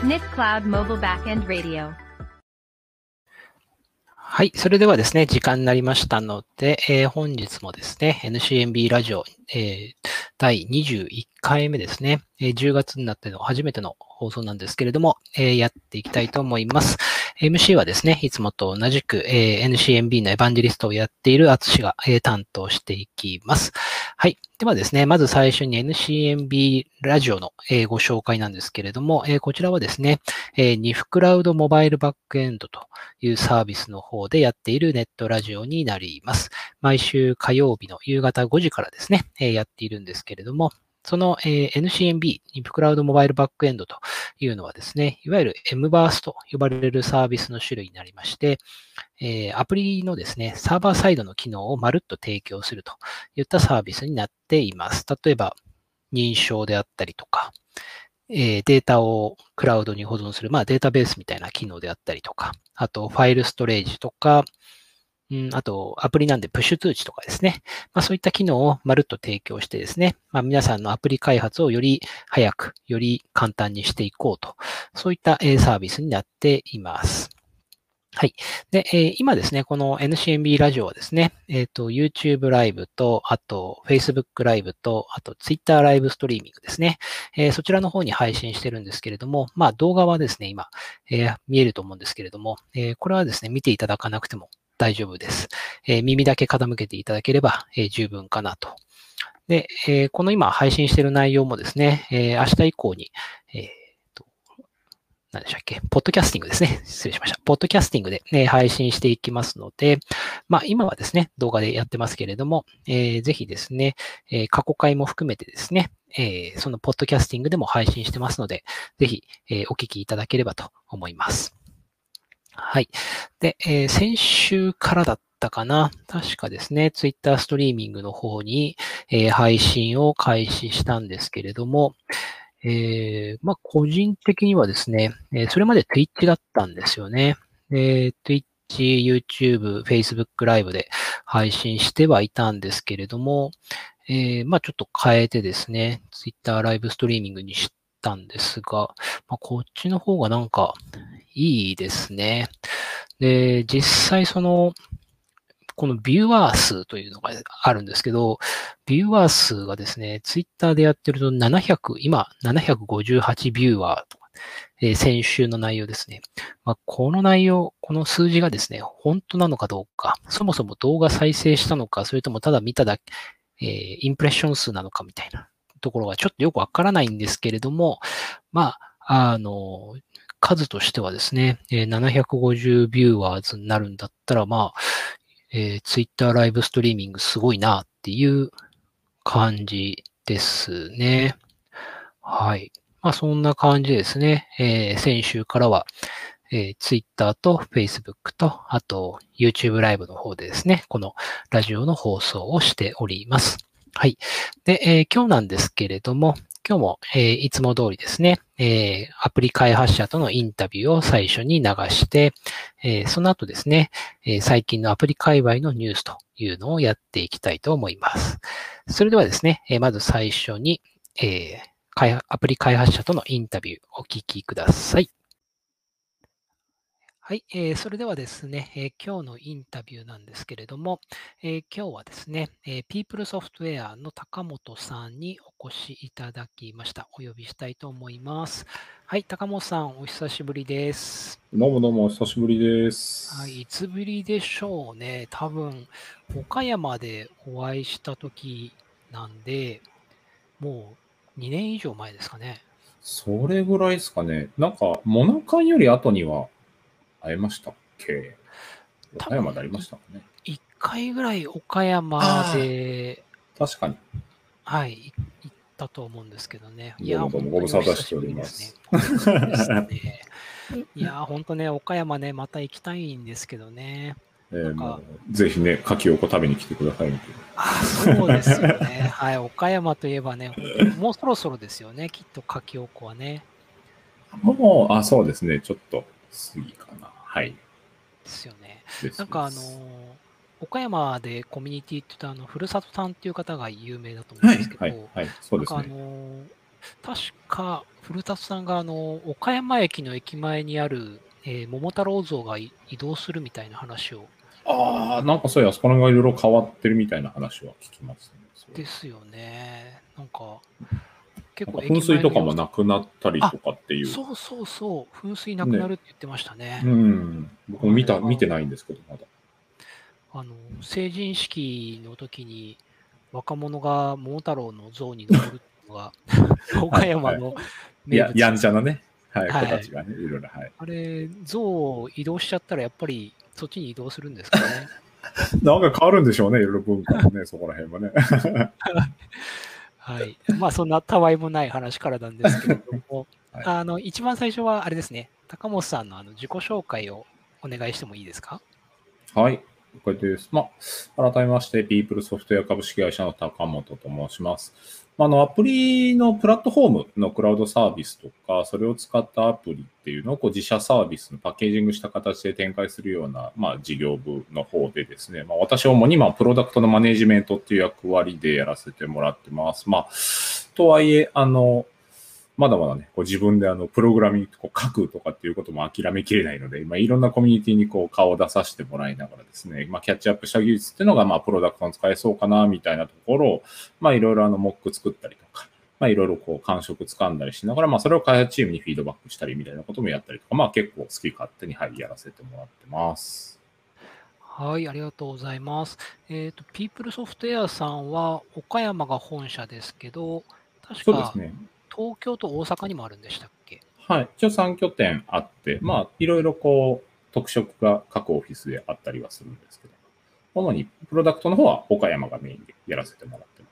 NIC Cloud Mobile Backend Radio。 はい。それではですね、時間になりましたので、本日もですね、NCNB ラジオ、第21回目ですね、10月になっての初めての放送なんですけれども、やっていきたいと思います。MC はですね、いつもと同じく、NCNB のエヴァンジェリストをやっているアツシが、担当していきます。はい。ではですね、まず最初に NCNB ラジオの、ご紹介なんですけれども、こちらはですね、NIF クラウドモバイルバックエンドというサービスの方でやっているネットラジオになります。毎週火曜日の夕方5時からですね、やっているんですけれども、その NCNB、NIF クラウドモバイルバックエンドというのはですね、いわゆる MBurst と呼ばれるサービスの種類になりまして、アプリのですね、サーバーサイドの機能をまるっと提供するといったサービスになっています。例えば、認証であったりとか、データをクラウドに保存する、データベースみたいな機能であったりとか、あとファイルストレージとか、あとアプリなんでプッシュ通知とかですね。そういった機能をまるっと提供してですね、皆さんのアプリ開発をより早く、より簡単にしていこうと、そういったサービスになっています。はい。で、今ですね、この NCNB ラジオはですね、YouTube ライブと、あと Facebook ライブと、あと Twitter ライブストリーミングですね。そちらの方に配信してるんですけれども、動画はですね、今、見えると思うんですけれども、これはですね、見ていただかなくても大丈夫です。耳だけ傾けていただければ、十分かなと。で、この今配信している内容もですね、明日以降に、何でしたっけ？ポッドキャスティングですね。失礼しました。ポッドキャスティングで、配信していきますので、今はですね、動画でやってますけれども、ぜひですね、過去回も含めてですね、そのポッドキャスティングでも配信してますので、ぜひ、お聞きいただければと思います。はい。で、先週からだったかな。確かですね、Twitter ストリーミングの方に、配信を開始したんですけれども、個人的にはですね、それまで Twitch だったんですよね。Twitch、YouTube、Facebook ライブで配信してはいたんですけれども、ちょっと変えてですね、Twitter ライブストリーミングにしたんですが、こっちの方がなんかいいですね。で、実際このビューアー数というのがあるんですけど、ビューアー数がですね、ツイッターでやってると今758ビューアーとか、先週の内容ですね。この内容、この数字がですね、本当なのかどうか、そもそも動画再生したのか、それともただ見ただけ、インプレッション数なのかみたいなところがちょっとよくわからないんですけれども、数としてはですね、750ビューアーズになるんだったら、Twitter ライブストリーミングすごいなっていう感じですね。はい。そんな感じですね。先週からは、Twitter と Facebook と、あと YouTube ライブの方でですね、このラジオの放送をしております。はい。で、今日なんですけれども、今日も、いつも通りですね、アプリ開発者とのインタビューを最初に流して、その後ですね、最近のアプリ界隈のニュースというのをやっていきたいと思います。それではですね、まず最初に、アプリ開発者とのインタビューをお聞きください。はい、それではですね、今日のインタビューなんですけれども、今日はですね、ピープルソフトウェアの高本さんにお越しいただきました。お呼びしたいと思います。はい、高本さん、お久しぶりです。 どうもどうも、お久しぶりです。 はい、いつぶりでしょうね。多分、岡山でお会いした時なんで、もう2年以上前ですかね。 それぐらいですかね。なんか、モナカンより後には会えましたっけ？岡山でありましたかね。 1回ぐらい岡山で、 確かに。 はい、行ったと思うんですけどね。いや、 どうもどうも本当にお久しぶりですね。そうですね。いや、本当ね、岡山ね、また行きたいんですけどね。 ぜひね、牡蠣を食べに来てくださいみたいな。そうですよね。はい、岡山といえばね、本当にもうそろそろですよね、きっと牡蠣おこはね。 もう、そうですね、ちょっと過ぎかな。はい。 ですよね。 ですなんか岡山でコミュニティって言うと、ふるさとさんっていう方が有名だと思うんですけど、 はい、そうですね。 確か、古田さんが岡山駅の駅前にある、桃太郎像が移動するみたいな話を。 ああ、なんかそうや、あそこら辺がいろいろ変わってるみたいな話は聞きますね。 ですよね。なんか、結構なんか噴駅前の様子。 水とかもなくなったりとかっていう。 そうそうそう、噴水なくなね。 るって言ってましたね。 うん。僕もはい、 見てないんですけど、まだ。 成人式の時に若者が桃太郎の像に登るっていうのが、岡山の名物。 やんちゃなね、はい、子たはい。 ちがね、いろいろ、はい。 あれ、像移動しちゃったらやっぱりそっちに移動するんですかね。 なんか変わるんでしょうね、いろいろ文化もね、そこら辺もね。 はい。まあ、そんなたわいもない話からなんですけれども、 はい、 一番最初はあれですね、高本さんの自己紹介をお願いしてもいいですか？ はい、これです。改めまして、ピープルソフトウェア株式会社の高本と申します。アプリのプラットフォームのクラウドサービスとか、それを使ったアプリっていうのを自社サービスのパッケージングした形で展開するような、事業部の方でですね、私は主にプロダクトのマネジメントっていう役割でやらせてもらってます。とはいえ、まだまだね、自分でプログラミング書くとかっていうことも諦めきれないので、いろんなコミュニティに顔を出させてもらいながらですね、キャッチアップした技術っていうのが、プロダクトに使えそうかな、みたいなところを、いろいろモック作ったりとか、いろいろ感触掴んだりしながら、それを開発チームにフィードバックしたりみたいなこともやったりとか、結構好き勝手に、はい、やらせてもらってます。 はい、ありがとうございます。ピープルソフトウェアさんは岡山が本社ですけど、確かそうですね。 東京と大阪にもあるんでしたっけ？ はい。一応3拠点あって、いろいろ特色が各オフィスであったりはするんですけど、主にプロダクトの方は岡山がメインでやらせてもらってます。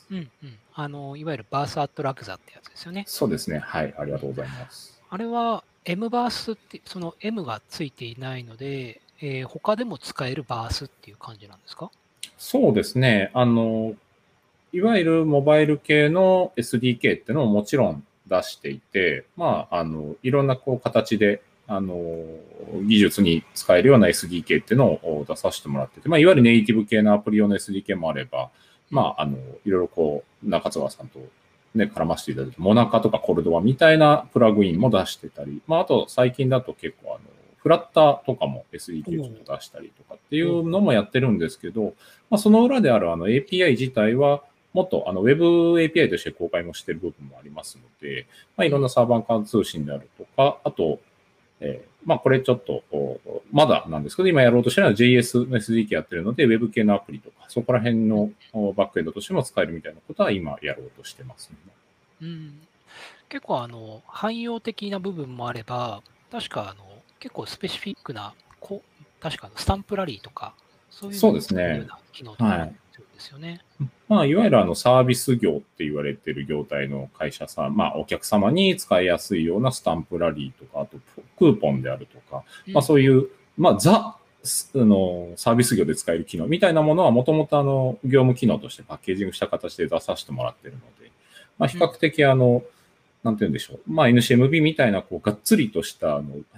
うんうん。いわゆるバースアットラクザってやつですよね。 そうですね。はい。ありがとうございます。 あれは M バースって、その M がついていないので、他でも使えるバースっていう感じなんですか？ そうですね。いわゆるモバイル系の SDK っていうのももちろん出していて、いろんな形で、技術に使えるような SDK っていうのを出させてもらってて、いわゆるネイティブ系のアプリ用の SDK もあれば、いろいろ中津川さんとね、絡ませていただいて、モナカとかコルドバみたいなプラグインも出してたり、あと最近だと結構フラッターとかも SDK ちょっと出したりとかっていうのもやってるんですけど、その裏であるAPI 自体は、もっとWeb API として公開もしている部分もありますので、いろんなサーバー間通信であるとか、あと、これちょっと、まだなんですけど、今やろうとしてるのは JS の SDK やってるので、Web 系のアプリとか、そこら辺のバックエンドとしても使えるみたいなことは今やろうとしてますね。 うん。結構汎用的な部分もあれば、確か結構スペシフィックな、確かスタンプラリーとか、そういうのそうをですね。 使えるような機能とかもあるんですよね。 いわゆるサービス業って言われてる業態の会社さん、お客様に使いやすいようなスタンプラリーとか、あとクーポンであるとか、そういう、サービス業で使える機能みたいなものはもともと業務機能としてパッケージングした形で出させてもらってるので、比較的なんて言うんでしょう。NCMB みたいな、がっつりとした、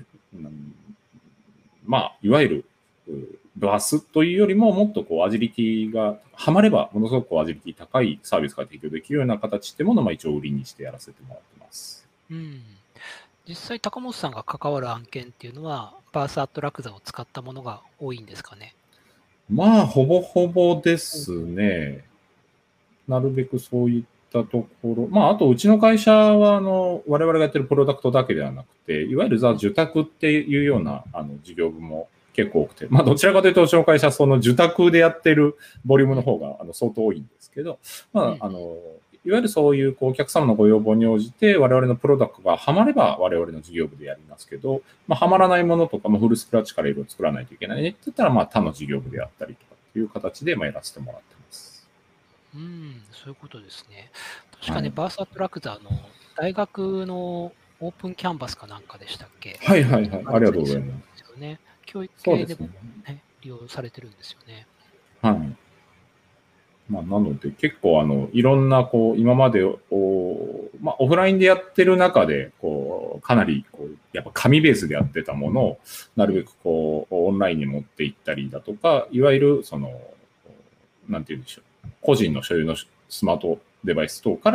いわゆる、バースというよりも、もっとアジリティが、はまれば、ものすごくアジリティ高いサービスが提供できるような形ってものを、一応売りにしてやらせてもらってます。 うん。実際、高本さんが関わる案件っていうのは、バースアットラクザを使ったものが多いんですかね。 ほぼほぼですね。なるべくそういったところ。あと、うちの会社は、我々がやってるプロダクトだけではなくて、いわゆるザ・受託っていうような、事業部も結構多くて、どちらかというと、うちの会社、その受託でやってるボリュームの方が、相当多いんですけど、いわゆるそういうお客様のご要望に応じて、我々のプロダクトがハマれば我々の事業部でやりますけど、ハマらないものとか、フルスクラッチからいろいろ作らないといけないねって言ったら、他の事業部でやったりとかっていう形で、やらせてもらってます。 そういうことですね。確かね、バースアットラクザの大学のオープンキャンバスかなんかでしたっけ？ はいはいはい。ありがとうございます。 教育系でもね、利用されてるんですよね。 はい。なので結構いろんな今までオフラインでやってる中でかなりやっぱ紙ベースでやってたものをなるべくオンラインに持っていったりだとか、いわゆるなんて言うんでしょう、個人の所有のスマートデバイス等から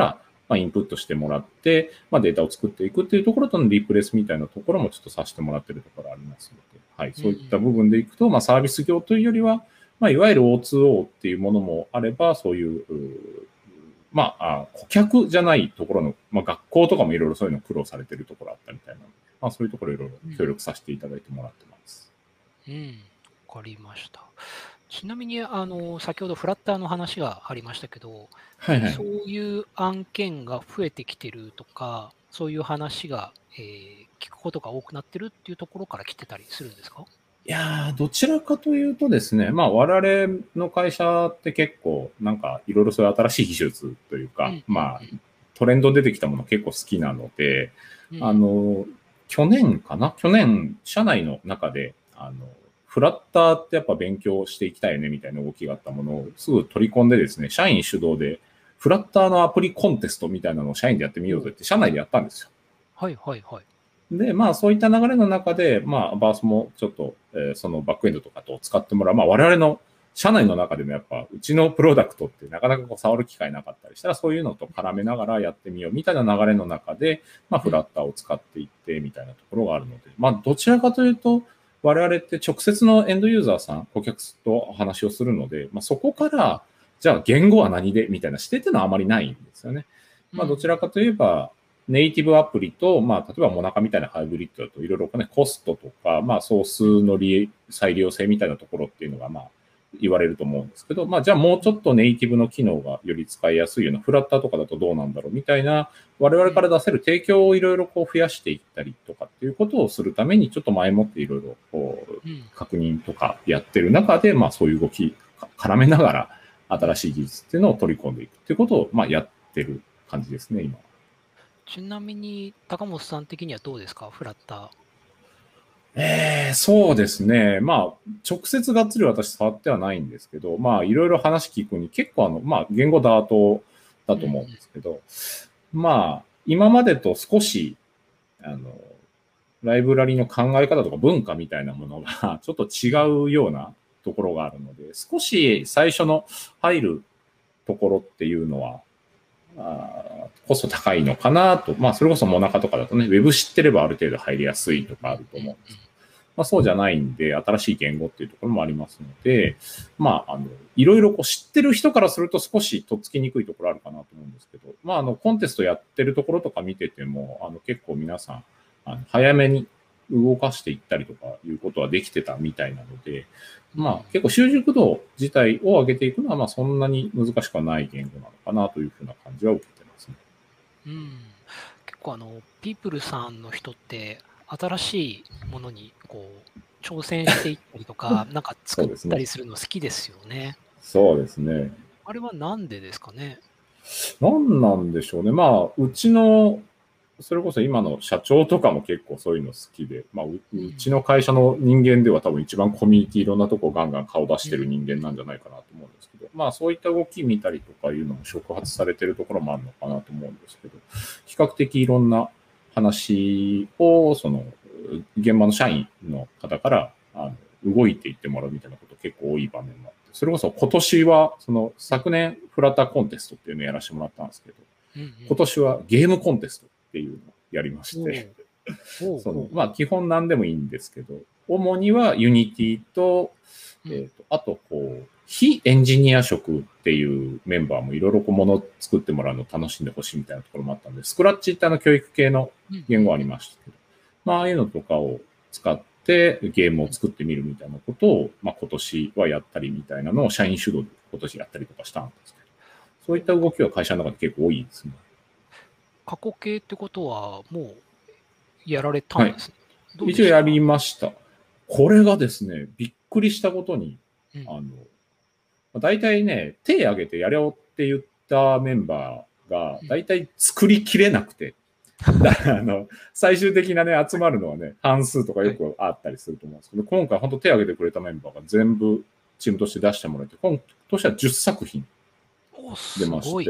まあ、インプットしてもらって、まあ、データを作っていくっていうところとのリプレイスみたいなところもちょっとさせてもらってるところありますので、はい、そういった部分でいくと、まあ、サービス業というよりは、まあ、いわゆる O2O っていうものもあれば、そういう、まあ、顧客じゃないところの、まあ、学校とかもいろいろそういうの苦労されてるところあったみたいなので、まあ、そういうところいろいろ協力させていただいてもらってます。 わかりました。ちなみに、先ほどフラッターの話がありましたけど、 はいはい。 そういう案件が増えてきてるとか、そういう話が、聞くことが多くなってるっていうところから来てたりするんですか？ いやー、どちらかというとですね、まあ我々の会社って結構なんかいろいろそういう新しい技術というか、まあトレンド出てきたもの結構好きなので、去年かな去年、社内の中で、フラッターってやっぱ勉強していきたいよねみたいな動きがあったものをすぐ取り込んでですね、社員主導でフラッターのアプリコンテストみたいなのを社員でやってみようぜって社内でやったんですよ。 はいはいはい。 で、まあそういった流れの中で、まあバースもちょっと、そのバックエンドとかと使ってもらう。まあ我々の社内の中でもやっぱうちのプロダクトってなかなかこう触る機会なかったりしたらそういうのと絡めながらやってみようみたいな流れの中で、まあフラッターを使っていってみたいなところがあるので、まあどちらかというと我々って直接のエンドユーザーさん、顧客と話をするので、まあそこからじゃあ言語は何でみたいな指定っていうのはあまりないんですよね。まあどちらかといえば、ネイティブアプリと、まあ、例えばモナカみたいなハイブリッドだと、いろいろね、コストとか、まあ、ソースの再利用性みたいなところっていうのが、まあ、言われると思うんですけど、まあ、じゃあもうちょっとネイティブの機能がより使いやすいような、フラッターとかだとどうなんだろうみたいな、我々から出せる提供をいろいろこう増やしていったりとかっていうことをするために、ちょっと前もっていろいろこう、確認とかやってる中で、まあ、そういう動き、絡めながら、新しい技術っていうのを取り込んでいくっていうことを、まあ、やってる感じですね、今。 ちなみに、高本さん的にはどうですか、フラッター？そうですね。まあ、直接がっつり私触ってはないんですけど、まあ、いろいろ話聞くに結構まあ、言語ダートだと思うんですけど、まあ、今までと少し、ライブラリの考え方とか文化みたいなものがちょっと違うようなところがあるので、少し最初の入るところっていうのは、コスト高いのかなと。まあ、それこそモナカとかだとね、ウェブ知ってればある程度入りやすいとかあると思うんです。まあ、そうじゃないんで、新しい言語っていうところもありますので、まあ、いろいろこう知ってる人からすると少しとっつきにくいところあるかなと思うんですけど、まあ、コンテストやってるところとか見てても、結構皆さん、早めに動かしていったりとかいうことはできてたみたいなので、まあ結構習熟度自体を上げていくのはまあそんなに難しくはない言語なのかなというふうな感じは受けてますね。 結構ピープルさんの人って新しいものにこう挑戦していったりとか、なんか作ったりするの好きですよね。 そうですね。 あれはなんでですかね。 なんなんでしょうね。まあ、うちのそれこそ今の社長とかも結構そういうの好きで、まあ、うちの会社の人間では多分一番コミュニティいろんなとこガンガン顔出してる人間なんじゃないかなと思うんですけど、まあそういった動き見たりとかいうのも触発されてるところもあるのかなと思うんですけど、比較的いろんな話を、現場の社員の方から動いていってもらうみたいなこと結構多い場面もあって、それこそ今年は、昨年フラッターコンテストっていうのをやらせてもらったんですけど、今年はゲームコンテストっていうのをやりまして、まあ基本何でもいいんですけど、主にはユニティと、あとこう、非エンジニア職っていうメンバーもいろいろこうものを作ってもらうのを楽しんでほしいみたいなところもあったんで、スクラッチって教育系の言語ありましたけど、まあああいうのとかを使ってゲームを作ってみるみたいなことを、まあ今年はやったりみたいなのを社員主導で今年やったりとかしたんですけど、そういった動きは会社の中で結構多いですね。 過去形ってことはもうやられたんですね。 はい、一応やりました。これがですね、びっくりしたことに、大体ね、手挙げてやれよって言ったメンバーが、大体作りきれなくて、だから最終的なね、集まるのはね、半数とかよくあったりすると思うんですけど、今回本当手挙げてくれたメンバーが全部チームとして出してもらえて、今年は10作品出まして。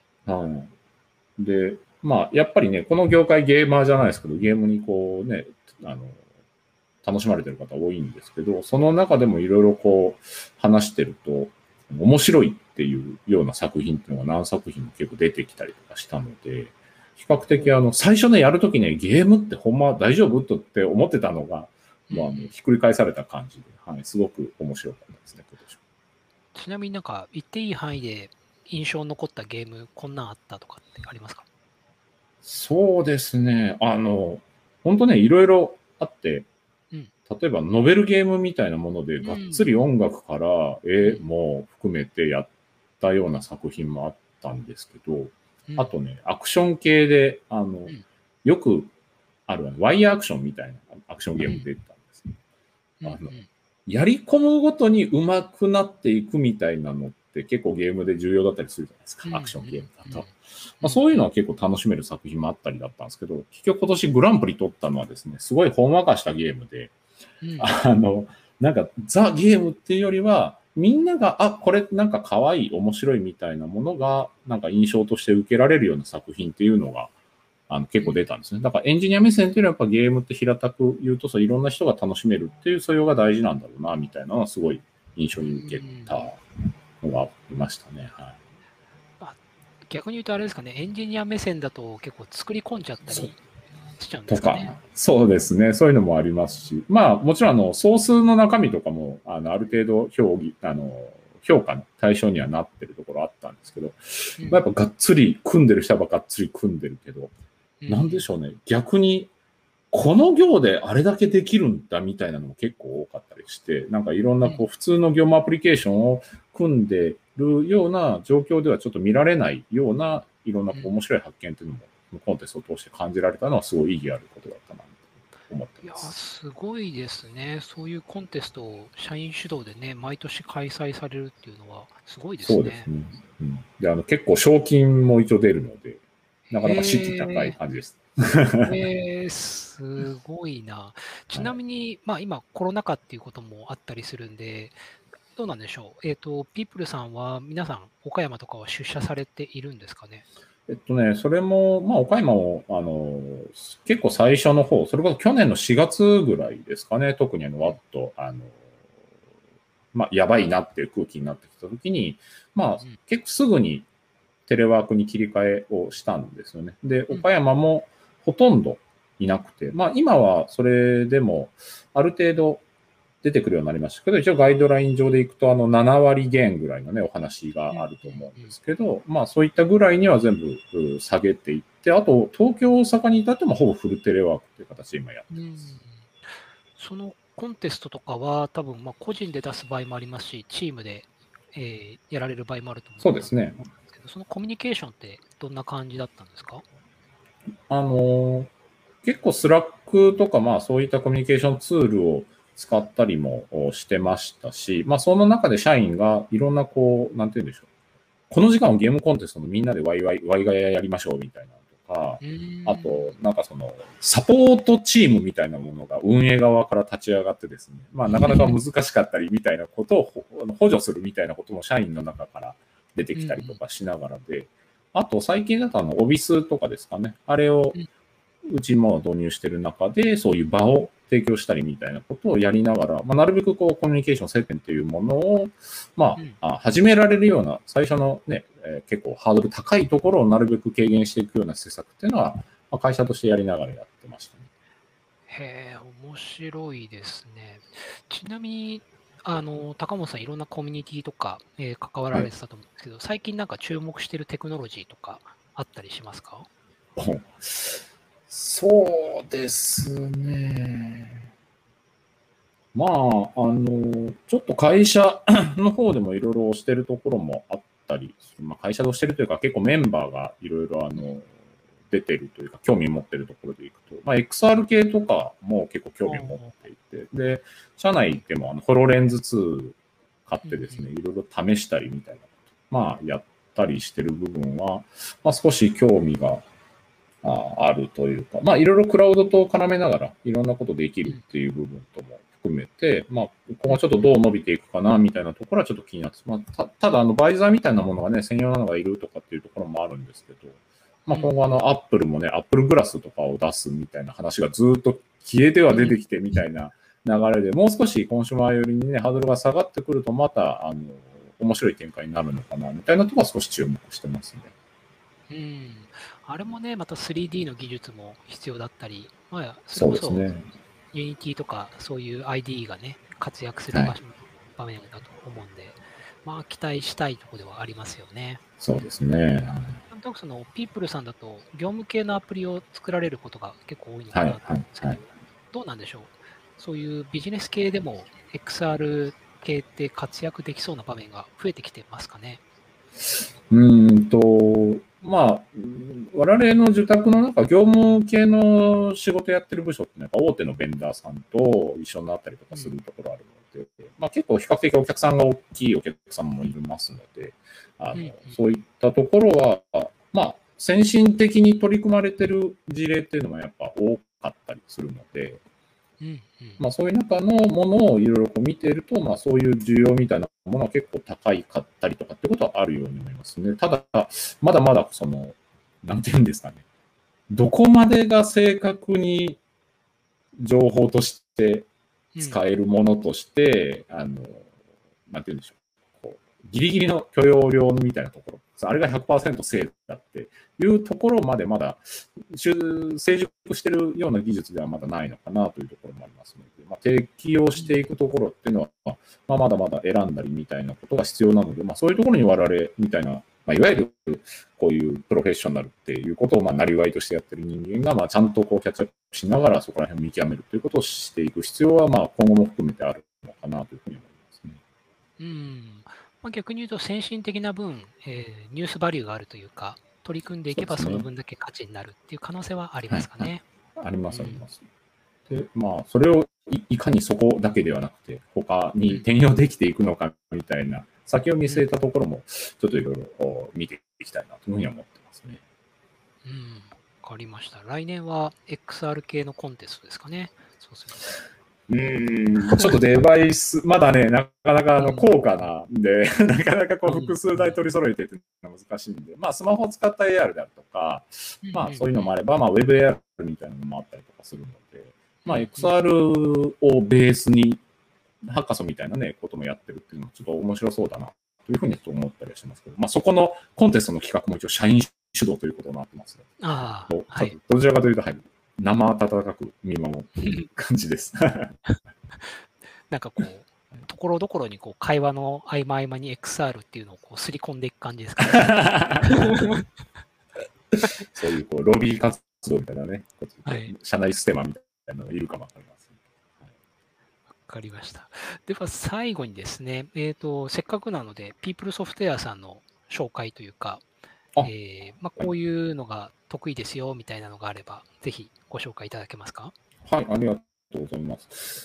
で、まあ、やっぱりね、この業界ゲーマーじゃないですけど、ゲームにこうね、楽しまれてる方多いんですけど、その中でもいろいろこう話してると、 面白いっていうような作品っていうのが何作品も結構出てきたりとかしたので、比較的最初ね、やるときね、ゲームってほんま大丈夫って思ってたのが、もうひっくり返された感じで、はい、すごく面白かったですね、今年は。 ちなみになんか言っていい範囲で印象に残ったゲーム、こんなんあったとかってありますか？ そうですね。本当ね、いろいろあって、 うん。 例えばノベルゲームみたいなもので、がっつり音楽から絵んも含めてやったような作品もあったんですけど、 うんあとね、アクション系で、 んよくあるワイヤーアクションみたいなアクションゲーム出てたんですね。 うんあのやり込むごとに上手くなっていくみたいなのって結構ゲームで重要だったりするじゃないですか、アクションゲームだと。まあ、そういうのは結構楽しめる作品もあったりだったんですけど、結局今年グランプリ取ったのはですね、すごいほんわかしたゲームで、なんかザ・ゲームっていうよりは、みんなが、これなんか可愛い、面白いみたいなものが、なんか印象として受けられるような作品っていうのが、結構出たんですね。だからエンジニア目線っていうのはやっぱゲームって平たく言うといろんな人が楽しめるっていう素養が大事なんだろうな、みたいなのはすごい印象に受けたのがありましたね。はい、 逆に言うとあれですかね、エンジニア目線だと結構作り込んじゃったりしちゃうんでとすかね。 か、そうですね。そういうのもありますし、まあもちろんソースの中身とかもある程度評価の対象にはなってるところあったんですけど、やっぱがっつり組んでる人はがっつり組んでるけど、なんでしょうね。逆に、この行であれだけできるんだみたいなのも結構多かったりして、なんかいろんな普通の業務アプリケーションを組んでるような状況ではちょっと見られないようないろんな面白い発見というのもコンテストを通して感じられたのはすごい意義あることだったなと思ってます。 いや、すごいですね。そういうコンテストを社員主導でね、毎年開催されるっていうのはすごいですね。 そうですね。で結構賞金も一応出るので、なかなか士気高い感じです。 すごいな。ちなみに、まあ今コロナ禍っていうこともあったりするんで、どうなんでしょう。ピープルさんは皆さん岡山とかは出社されているんですかね。 それも、まあ、岡山も、結構最初の方、それこそ去年の4月ぐらいですかね、特にわっと、まあ、やばいなっていう空気になってきたときに、まあ、結構すぐにテレワークに切り替えをしたんですよね。で、岡山もほとんどいなくて、まあ、今はそれでも、ある程度、出てくるようになりましたけど、一応ガイドライン上でいくと、7割減ぐらいのね、お話があると思うんですけど、まあそういったぐらいには全部下げていって、あと東京、大阪に至ってもほぼフルテレワークという形で今やってます。 そのコンテストとかは多分、まあ個人で出す場合もありますし、チームで、やられる場合もあると思そうですね。 そのコミュニケーションってどんな感じだったんですか？ 結構スラックとか、まあそういったコミュニケーションツールを使ったりもしてましたし、まあその中で社員がいろんななんて言うんでしょう。この時間をゲームコンテストのみんなでワイガヤやりましょうみたいなのとか、あと、なんかサポートチームみたいなものが運営側から立ち上がってですね、まあなかなか難しかったりみたいなことを補助するみたいなことも社員の中から出てきたりとかしながらで、あと最近だとオビスとかですかね、あれをうちも導入している中で、そういう場を提供したりみたいなことをやりながら、まあ、なるべくコミュニケーション接点というものを、まあ、始められるような、最初のね、結構ハードル高いところをなるべく軽減していくような施策っていうのは、まあ、会社としてやりながらやってましたね。 へえ、面白いですね。ちなみに、高本さん、いろんなコミュニティとか、関わられてたと思うんですけど、最近なんか注目しているテクノロジーとかあったりしますか？ そうですね。まあ、ちょっと会社の方でもいろいろしてるところもあったり、まあ、会社でしてるというか、結構メンバーがいろいろ出てるというか、興味を持ってるところでいくと、まあ、XR 系とかも結構興味を持っていて、で、社内でもホロレンズ2買ってですね、いろいろ試したりみたいなこと、まあ、やったりしてる部分は、まあ、少し興味があるというか、まあいろいろクラウドと絡めながらいろんなことできるっていう部分とも含めて、まあ今後ちょっとどう伸びていくかなみたいなところはちょっと気になって、まあ、ただバイザーみたいなものがね、専用なのがいるとかっていうところもあるんですけど、まあ今後アップルもね、アップルグラスとかを出すみたいな話がずっと消えては出てきてみたいな流れで、もう少しコンシューマー寄りにね、ハードルが下がってくるとまた、 面白い展開になるのかな、みたいなところは少し注目してますね。 あれもね、また 3D の技術も必要だったり、まあ、そそうれこそ、 ですね。 Unity とかそういう IDE がね、活躍する場面だと思うんで、まあ、期待したいところではありますよね。 そうですね。 なんとなくその、ピープルさんだと、業務系のアプリを作られることが結構多いのかなと思うんですけど、どうなんでしょう。そういうビジネス系でも XR 系って活躍できそうな場面が増えてきてますかね。 まあ、我々の受託の中、業務系の仕事やってる部署ってやっぱ大手のベンダーさんと一緒になったりとかするところあるので、まあ結構比較的お客さんが大きいお客さんもいますので、そういったところは、まあ、先進的に取り組まれてる事例っていうのもやっぱ多かったりするので、まあそういう中のものをいろいろ見ていると、まあそういう需要みたいなものは結構高いかったりとかってことはあるように思いますね。ただ、まだまだその、なんていうんですかね。どこまでが正確に情報として使えるものとして、なんていうんでしょう。ギリギリの許容量みたいなところ。あれが 100% 正だっていうところまでまだ成熟してるような技術ではまだないのかなというところもありますので、まあ、適用していくところっていうのは、まあ、まだまだ選んだりみたいなことが必要なので、まあ、そういうところに我々みたいな、まあ、いわゆるこういうプロフェッショナルっていうことをまあなりわいとしてやってる人間が、まあちゃんとこうキャッチアップしながらそこら辺を見極めるということをしていく必要は、まあ今後も含めてあるのかなというふうに思いますね。 まあ、逆に言うと先進的な分、ニュースバリューがあるというか、取り組んでいけばその分だけ価値になるっていう可能性はありますかね。 あります、あります。で、まあ、それをいかにそこだけではなくて、他に転用できていくのかみたいな、先を見据えたところも、ちょっといろいろ見ていきたいなというふうに思ってますね。 わかりました。来年は XR 系のコンテストですかね。そうすると。 ちょっとデバイス、まだね、なかなか高価なんで、なかなかこう複数台取り揃えてっていうのは難しいんで、まあスマホを使った AR であるとか、まあそういうのもあれば、まあ WebAR みたいなのもあったりとかするので、まあ XR をベースにハッカソンみたいなね、こともやってるっていうのはちょっと面白そうだなというふうに思ったりはしますけど、まあそこのコンテストの企画も一応社員主導ということになってますね。どちらかというと、はい。生温かく見守っている感じです。 なんかこう、ところどころにこう会話の合間合間に XR っていうのをこうすり込んでいく感じですかね。 そういうこうロビー活動みたいなね、社内ステマみたいなのがいるかもわかります。 わかりました。では最後にですね、せっかくなので、ピープルソフトウェアさんの紹介というか、まあ、こういうのが得意ですよみたいなのがあれば、ぜひご紹介いただけますか。 はい、ありがとうございます。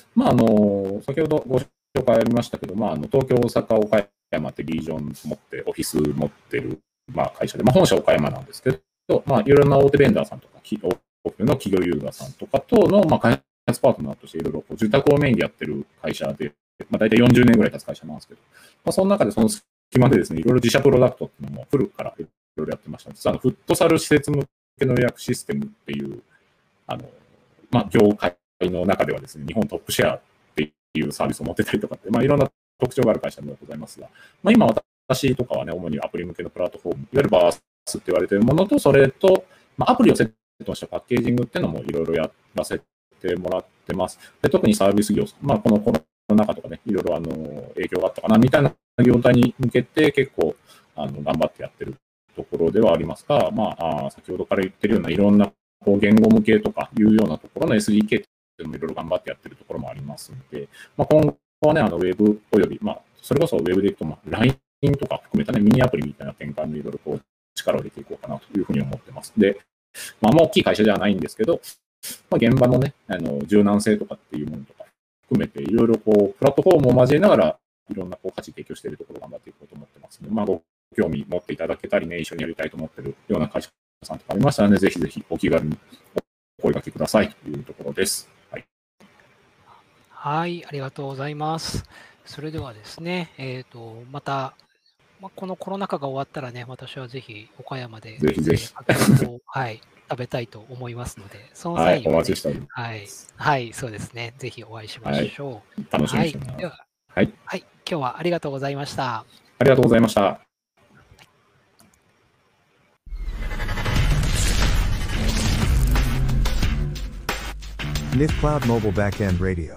まあ、先ほどご紹介ありましたけど、まあ、東京、大阪、岡山ってリージョン持って、オフィス持ってる、まあ、会社で、まあ、本社岡山なんですけど、まあ、いろんな大手ベンダーさんとか、多くの企業ユーザーさんとかとの、まあ、開発パートナーとしていろいろ住宅をメインでやってる会社で、まあ、大体40年ぐらい経つ会社なんですけど、まあ、その中でその隙間でですね、いろいろ自社プロダクトっていうのも古くからいろいろやってました。実はフットサル施設向けの予約システムっていう、まあ、業界の中ではですね、日本トップシェアっていうサービスを持ってたりとかって、まあ、いろんな特徴がある会社ではございますが、まあ、今私とかはね、主にアプリ向けのプラットフォーム、いわゆるバースって言われているものと、それと、まあ、アプリをセットしたパッケージングっていうのもいろいろやらせてもらってます。で、特にサービス業、まあ、このコロナ禍とかね、いろいろ影響があったかなみたいな業態に向けて結構頑張ってやってるところではありますが、まあ、先ほどから言ってるようないろんなこう言語向けとかいうようなところの SDK っていうのもいろいろ頑張ってやってるところもありますので、まあ、今後はね、ウェブおよび、まあ、それこそウェブでいくと、まあ、LINE とか含めたね、ミニアプリみたいな転換にいろいろこう力を入れていこうかなというふうに思ってます。で、まあ、大きい会社ではないんですけど、まあ、現場のね、柔軟性とかっていうものとか含めて、いろいろこう、プラットフォームを交えながら、いろんなこう価値提供しているところを頑張っていこうと思ってますので、まあ、ご興味持っていただけたりね、一緒にやりたいと思っているような会社さんとかありましたらね、ぜひぜひお気軽にお声掛けくださいというところです。はい。 はい、ありがとうございます。それではですね、また、このコロナ禍が終わったらね、私はぜひ岡山で、 ぜひぜひ。 はい、食べたいと思いますので、そのはい、 際には、ね、 お待ちしております。 はい、はい、そうですね。ぜひお会いしましょう。 はい、楽しみにしてます。 はい、では、 はい、 はい、今日はありがとうございました。 ありがとうございました。 NIF Cloud Mobile Backend Radio。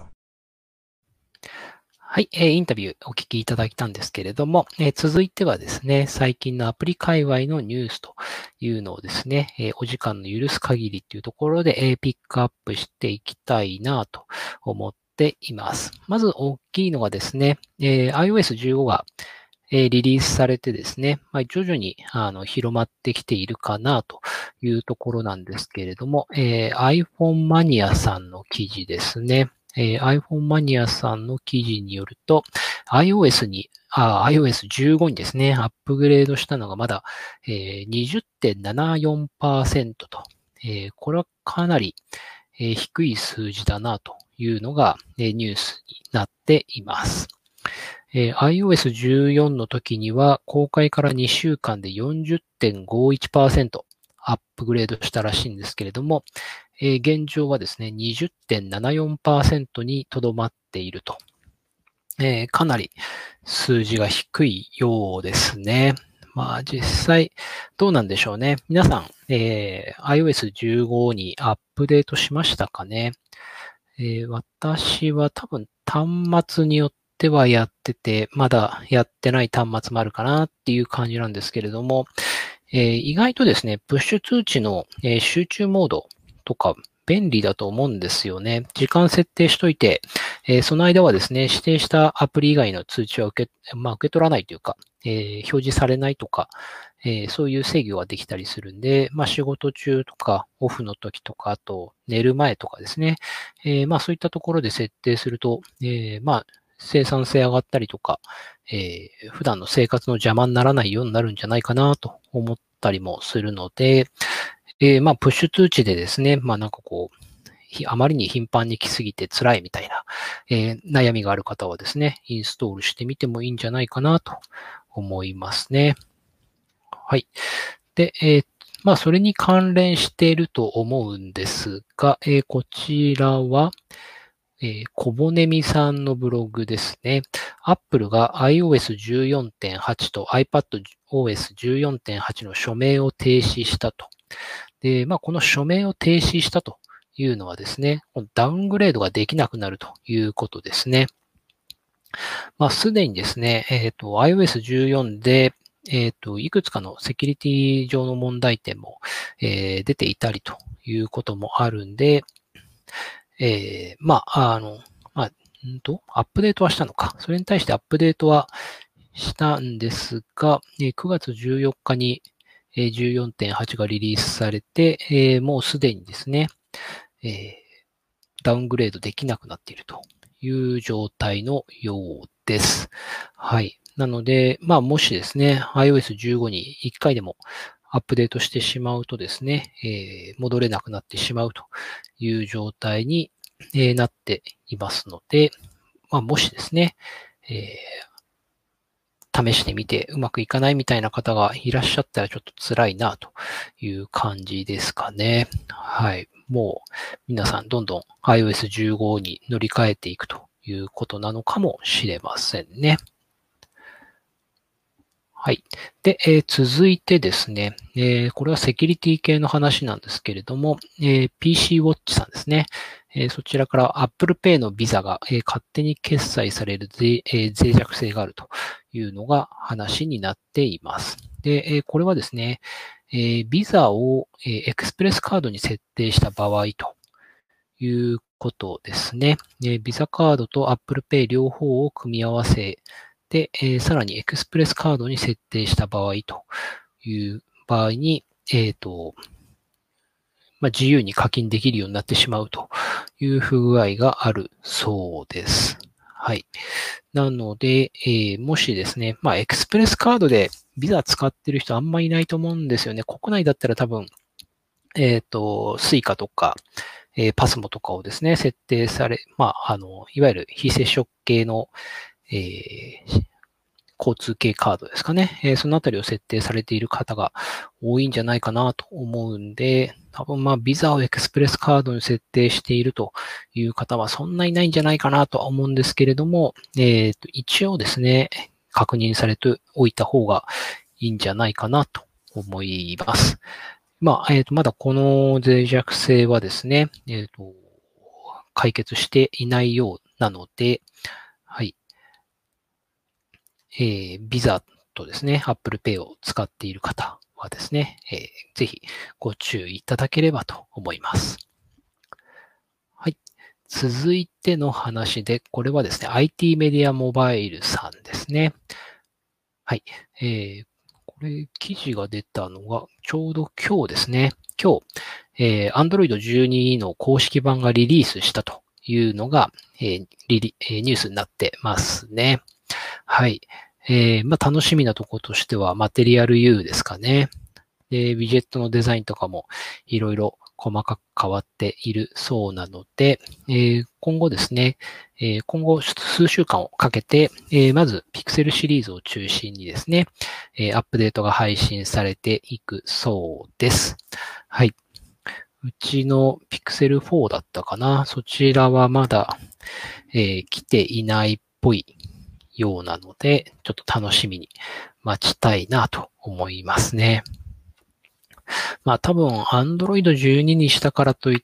はい、インタビューお聞きいただいたんですけれども、続いてはですね、最近のアプリ界隈のニュースというのをですね、お時間の許す限りというところで、ピックアップしていきたいなと思っています。まず大きいのがですね、iOS15 がリリースされてですね、徐々に広まってきているかなというところなんですけれども、iPhone マニアさんの記事ですね。iPhone マニアさんの記事によると、iOS15 にですね、アップグレードしたのがまだ、20.74% と、これはかなり、低い数字だなというのが、ニュースになっています。iOS14 の時には公開から2週間で 40.51% アップグレードしたらしいんですけれども、現状はですね、20.74% にとどまっていると。かなり数字が低いようですね。実際どうなんでしょうね。皆さん、iOS15 にアップデートしましたかね。私は多分端末によってはやってて、まだやってない端末もあるかなっていう感じなんですけれども、意外とですね、プッシュ通知の、集中モードとか便利だと思うんですよね。時間設定しといて、その間はですね、指定したアプリ以外の通知は受け取らないというか、表示されないとか、そういう制御ができたりするんで、仕事中とか、オフの時とか、あと寝る前とかですね、そういったところで設定すると、生産性上がったりとか、普段の生活の邪魔にならないようになるんじゃないかなと思ったりもするので、プッシュ通知でですね、あまりに頻繁に来すぎて辛いみたいな、悩みがある方はですね、インストールしてみてもいいんじゃないかなと思いますね。はい。で、それに関連していると思うんですが、こちらは、小骨美さんのブログですね。Apple が iOS14.8 と iPadOS14.8 の署名を停止したと。で、この署名を停止したというのはですね、ダウングレードができなくなるということですね。すでにですね、iOS14 で、いくつかのセキュリティ上の問題点も、出ていたりということもあるんで、アップデートはしたのか。それに対してアップデートはしたんですが、9月14日に 14.8 がリリースされて、もうすでにですね、ダウングレードできなくなっているという状態のようです。はい。なので、もしですね、iOS15 に1回でもアップデートしてしまうとですね、戻れなくなってしまうという状態に、なっていますので、もしですね、試してみてうまくいかないみたいな方がいらっしゃったらちょっと辛いなという感じですかね。はい。もう皆さんどんどん iOS15 に乗り換えていくということなのかもしれませんね。はい。で、続いてですね、これはセキュリティ系の話なんですけれども、PC Watch さんですね。そちらから Apple Pay のビザが、勝手に決済される脆弱性があるというのが話になっています。で、これはですね、ビザを、エクスプレスカードに設定した場合ということですね。ビザカードと Apple Pay 両方を組み合わせで、さらにエクスプレスカードに設定した場合という場合に、自由に課金できるようになってしまうという不具合があるそうです。はい。なので、もしですね、エクスプレスカードでビザ使ってる人あんまいないと思うんですよね。国内だったら多分、スイカとか、パスモとかをですね、設定され、いわゆる非接触系の、交通系カードですかね。そのあたりを設定されている方が多いんじゃないかなと思うんで、多分ビザをエクスプレスカードに設定しているという方はそんないないんじゃないかなとは思うんですけれども、一応ですね、 確認されておいた方がいいんじゃないかなと思います。まだこの脆弱性はですね、解決していないようなので、はい。ビザとですね、Apple Pay を使っている方はですね、ぜひご注意いただければと思います。はい。続いての話で、これはですね、IT メディアモバイルさんですね。はい。これ、記事が出たのが、ちょうど今日ですね。今日、Android 12の公式版がリリースしたというのが、ニュースになってますね。はい。楽しみなところとしては、マテリアル U ですかね。で、ウィジェットのデザインとかもいろいろ細かく変わっているそうなので、今後ですね、今後数週間をかけて、まず Pixel シリーズを中心にですね、アップデートが配信されていくそうです。はい。うちの Pixel 4だったかな。そちらはまだ、来ていないっぽいようなので、ちょっと楽しみに待ちたいなと思いますね。多分 Android 12にしたからといって、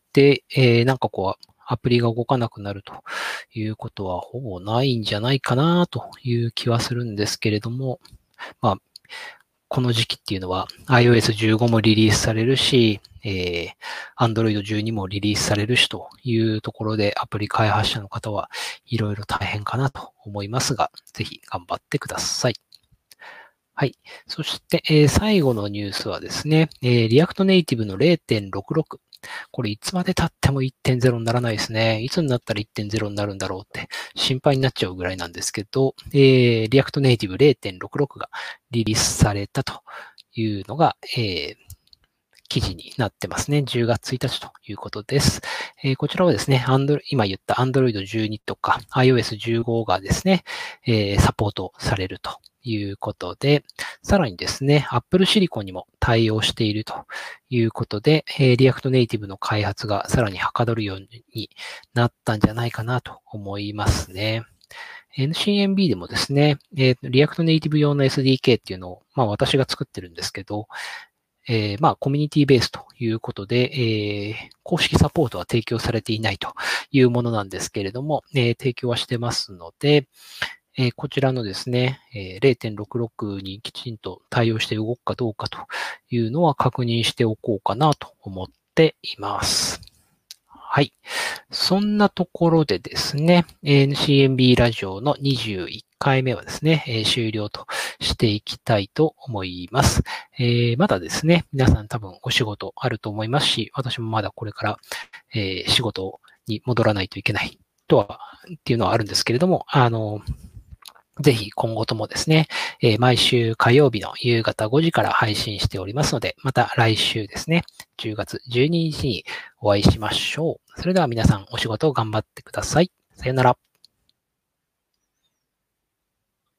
アプリが動かなくなるということはほぼないんじゃないかなという気はするんですけれども、この時期っていうのは iOS15 もリリースされるし、Android 12もリリースされるしというところでアプリ開発者の方はいろいろ大変かなと思いますが、ぜひ頑張ってください。はい。そして、最後のニュースはですね、React Native の 0.66。これいつまで経っても 1.0 にならないですね。いつになったら 1.0 になるんだろうって心配になっちゃうぐらいなんですけど、React Native 0.66 がリリースされたというのが、記事になってますね。10月1日ということです。こちらはですね、今言った Android 12とか iOS 15がですね、サポートされるということで、さらにですね、Apple Silicon にも対応しているということで、React Native の開発がさらにはかどるようになったんじゃないかなと思いますね。NCMB でもですね、React Native 用の SDK っていうのを、私が作ってるんですけど、コミュニティベースということで、公式サポートは提供されていないというものなんですけれども、提供はしてますので、こちらのですね、0.66 にきちんと対応して動くかどうかというのは確認しておこうかなと思っています。はい。そんなところでですね、NCMB ラジオの21回目はですね、終了としていきたいと思います。まだですね、皆さん多分お仕事あると思いますし、私もまだこれから、仕事に戻らないといけないっていうのはあるんですけれども、ぜひ今後ともですね、毎週火曜日の夕方5時から配信しておりますので、また来週ですね、10月12日にお会いしましょう。それでは皆さんお仕事を頑張ってください。さよなら。